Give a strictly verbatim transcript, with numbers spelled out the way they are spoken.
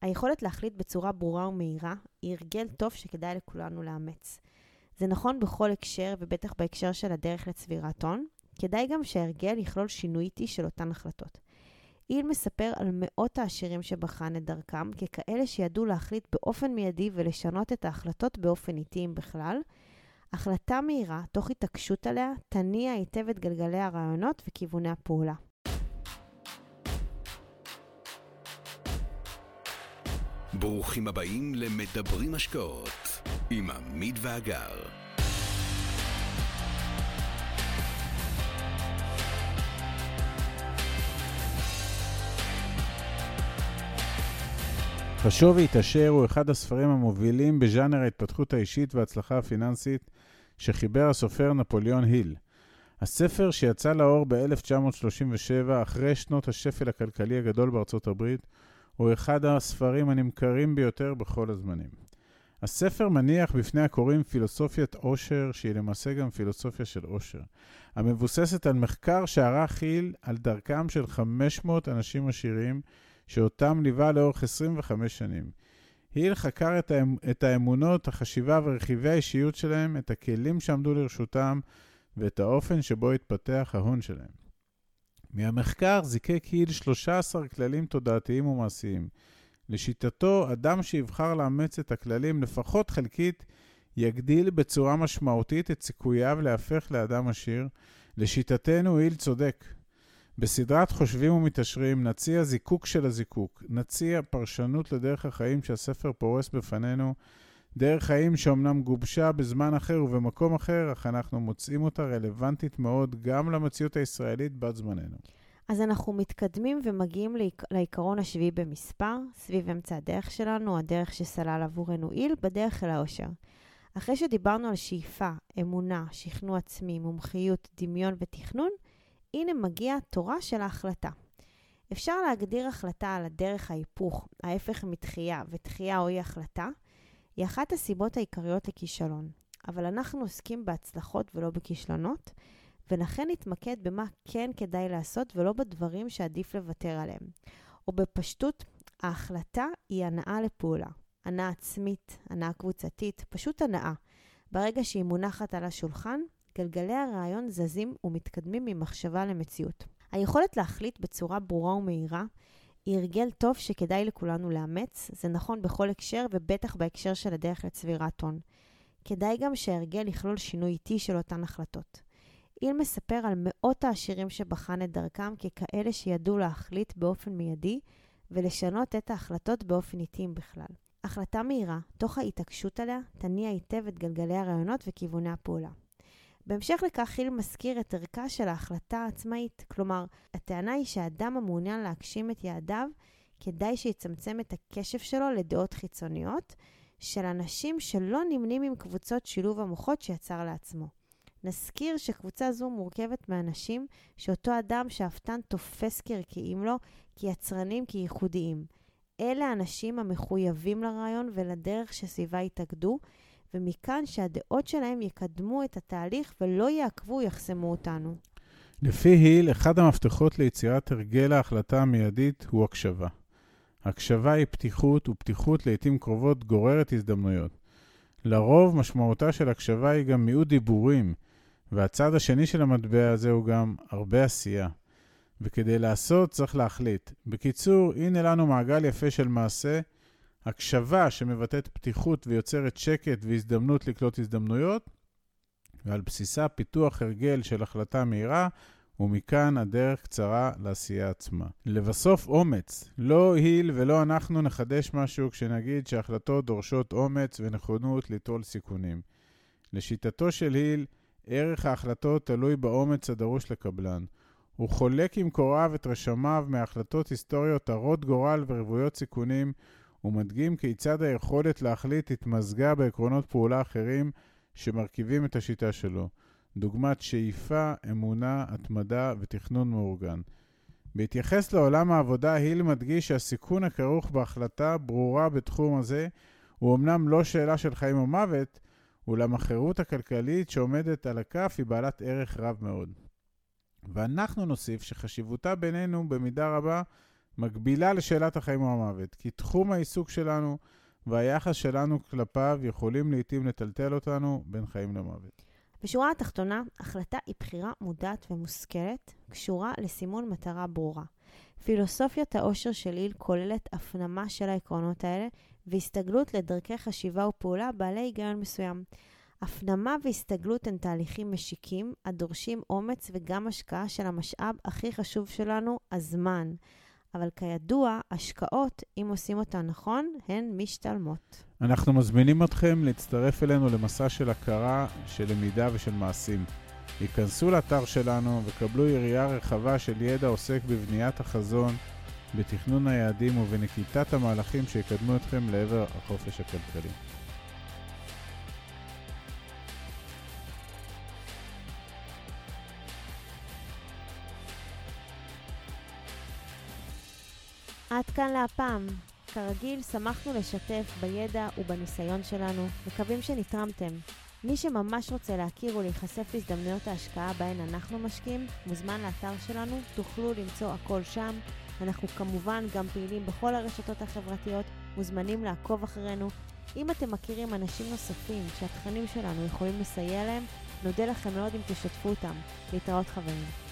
היכולת להחליט בצורה ברורה ומהירה היא הרגל טוב שכדאי לכולנו לאמץ. זה נכון בכל הקשר ובטח בהקשר של הדרך לצבירת הון. כדאי גם שההרגל יכלול שינוי איטי של אותן החלטות. איל מספר על מאות העשירים שבחן את דרכם ככאלה שידעו להחליט באופן מיידי ולשנות את ההחלטות באופן איטי אם בכלל. החלטה מהירה, תוך התעקשות עליה, תניע היטב את גלגלי הרעיונות וכיווני הפעולה. ברוכים הבאים למדברים השקעות עם עמית ואגר. חשוב והתעשר הוא אחד הספרים המובילים בז'אנר ההתפתחות האישית וההצלחה הפיננסית שחיבר הסופר נפוליאון היל. הספר שיצא לאור ב-אלף תשע מאות שלושים ושבע אחרי שנות השפל הכלכלי הגדול בארצות הברית, הוא אחד הספרים הנמכרים ביותר בכל הזמנים. הספר מניח בפני הקוראים פילוסופיית עושר, שהיא למעשה גם פילוסופיה של עושר, המבוססת על מחקר שערך היל על דרכם של חמש מאות אנשים עשירים, שאותם ליווה לאורך עשרים וחמש שנים. היל חקר את, האמ... את האמונות, החשיבה ורכיבי האישיות שלהם, את הכלים שעמדו לרשותם, ואת האופן שבו התפתח ההון שלהם. מהמחקר זיקק היל שלושה עשר כללים תודעתיים ומעשיים. לשיטתו, אדם שיבחר לאמץ את הכללים לפחות חלקית, יגדיל בצורה משמעותית את סיכוייו להפך לאדם עשיר. לשיטתנו, היל צודק. בסדרת חושבים ומתעשרים נציע זיקוק של הזיקוק, נציע פרשנות לדרך החיים שהספר פורס בפנינו, דרך חיים שאומנם גובשה בזמן אחר ובמקום אחר, אך אנחנו מוצאים אותה רלוונטית מאוד גם למציאות הישראלית בת זמננו. אז אנחנו מתקדמים ומגיעים לעיקרון השביעי במספר, סביב אמצע הדרך שלנו, הדרך שסלל עבורנו היל, בדרך אל האושר. אחרי שדיברנו על שאיפה, אמונה, שכנוע עצמי, מומחיות, דמיון ותכנון, הנה מגיעה תורה של ההחלטה. אפשר להגדיר החלטה על הדרך ההיפוך, ההפך מתחייה, ותחייה או אי החלטה, היא אחת הסיבות העיקריות לכישלון. אבל אנחנו עוסקים בהצלחות ולא בכישלונות, ולכן נתמקד במה כן כדאי לעשות ולא בדברים שעדיף לוותר עליהם. או בפשטות, ההחלטה היא הנאה לפעולה. הנאה עצמית, הנאה קבוצתית, פשוט הנאה. ברגע שהיא מונחת על השולחן, גלגלי הרעיון זזים ומתקדמים ממחשבה למציאות. היכולת להחליט בצורה ברורה ומהירה היא הרגל טוב שכדאי לכולנו לאמץ. זה נכון בכל הקשר ובטח בהקשר של הדרך לצבירת הון. כדאי גם שההרגל יכלול שינוי איטי של אותן החלטות. היל מספר על מאות העשירים שבחן את דרכם ככאלה שידעו להחליט באופן מיידי ולשנות את ההחלטות באופן איטי בכלל. החלטה מהירה, תוך ההתעקשות עליה, תניע היטב את גלגלי הרעיונות וכיווני הפעולה. בהמשך לכך היל מזכיר את ערכה של ההחלטה העצמאית, כלומר, הטענה היא שהאדם המעוניין להגשים את יעדיו, כדאי שיצמצם את הקשב שלו לדעות חיצוניות, של אנשים שלא נמנים עם קבוצות שילוב המוחות שיצר לעצמו. נזכיר שקבוצה זו מורכבת מאנשים שאותו אדם שאפתן תופס כערכיים לו, כיצרנים, כייחודיים. אלה האנשים המחויבים לרעיון ולדרך שסביבה יתאגדו, ומכאן שהדעות שלהם יקדמו את התהליך ולא יעקבו יחסמו אותנו. לפי היל, אחד המפתחות ליצירת הרגל ההחלטה המיידית הוא הקשבה. הקשבה היא פתיחות, ופתיחות לעתים קרובות גוררת הזדמנויות. לרוב משמעותה של הקשבה היא גם מיעוט דיבורים, והצד השני של המטבע הזה הוא גם הרבה עשייה. וכדי לעשות צריך להחליט. בקיצור, הנה לנו מעגל יפה של מעשה, הקשבה שמבטאת פתיחות ויוצרת שקט והזדמנות לקלוט הזדמנויות, ועל בסיסה פיתוח הרגל של החלטה מהירה, ומכאן הדרך קצרה לעשייה עצמה. לבסוף אומץ. לא היל ולא אנחנו נחדש משהו כשנגיד שההחלטות דורשות אומץ ונכונות ליטול סיכונים. לשיטתו של היל, ערך ההחלטות תלוי באומץ הדרוש לקבלן. הוא חולק עם קוראיו את רשמיו מהחלטות היסטוריות הרות גורל ורבויות סיכונים, ומדגים כיצד היכולת להחליט התמזגה בעקרונות פעולה אחרים שמרכיבים את השיטה שלו. דוגמת שאיפה, אמונה, התמדה ותכנון מאורגן. בהתייחס לעולם העבודה, היל מדגיש שהסיכון הכרוך בהחלטה ברורה בתחום הזה, הוא אמנם לא שאלה של חיים או מוות, אולם החירות הכלכלית שעומדת על הכף היא בעלת ערך רב מאוד. ואנחנו נוסיף שחשיבותה בינינו במידה רבה מקבילה לשאלת החיים או המוות, כי תחום העיסוק שלנו והיחס שלנו כלפיו יכולים לעתים לטלטל אותנו בין חיים למוות. בשורה התחתונה, החלטה היא בחירה מודעת ומושכלת, קשורה לסימון מטרה ברורה. פילוסופיית האושר של היל כוללת הפנמה של העקרונות האלה, והסתגלות לדרכי חשיבה ופעולה בעלי היגיון מסוים. הפנמה והסתגלות הן תהליכים משיקים, הדורשים אומץ וגם השקעה של המשאב הכי חשוב שלנו, הזמן. אבל כידוע, השקעות, אם עושים אותן נכון, הן משתלמות. אנחנו מזמינים אתכם להצטרף אלינו למסע של הכרה, של למידה ושל מעשים. היכנסו לאתר שלנו וקבלו יריעה רחבה של ידע עוסק בבניית החזון, בתכנון היעדים ובנקיטת המהלכים שיקדמו אתכם לעבר החופש הכלכלי. עד כאן להפעם. כרגיל, שמחנו לשתף בידע ובניסיון שלנו. מקווים שנתרמתם. מי שממש רוצה להכיר ולהיחשף להזדמנויות ההשקעה בהן אנחנו משקיעים, מוזמן לאתר שלנו, תוכלו למצוא הכל שם. אנחנו כמובן גם פעילים בכל הרשתות החברתיות, מוזמנים לעקוב אחרינו. אם אתם מכירים אנשים נוספים שהתכנים שלנו יכולים לסייע להם, נודה לכם מאוד אם תשתפו אותם. להתראות חברים.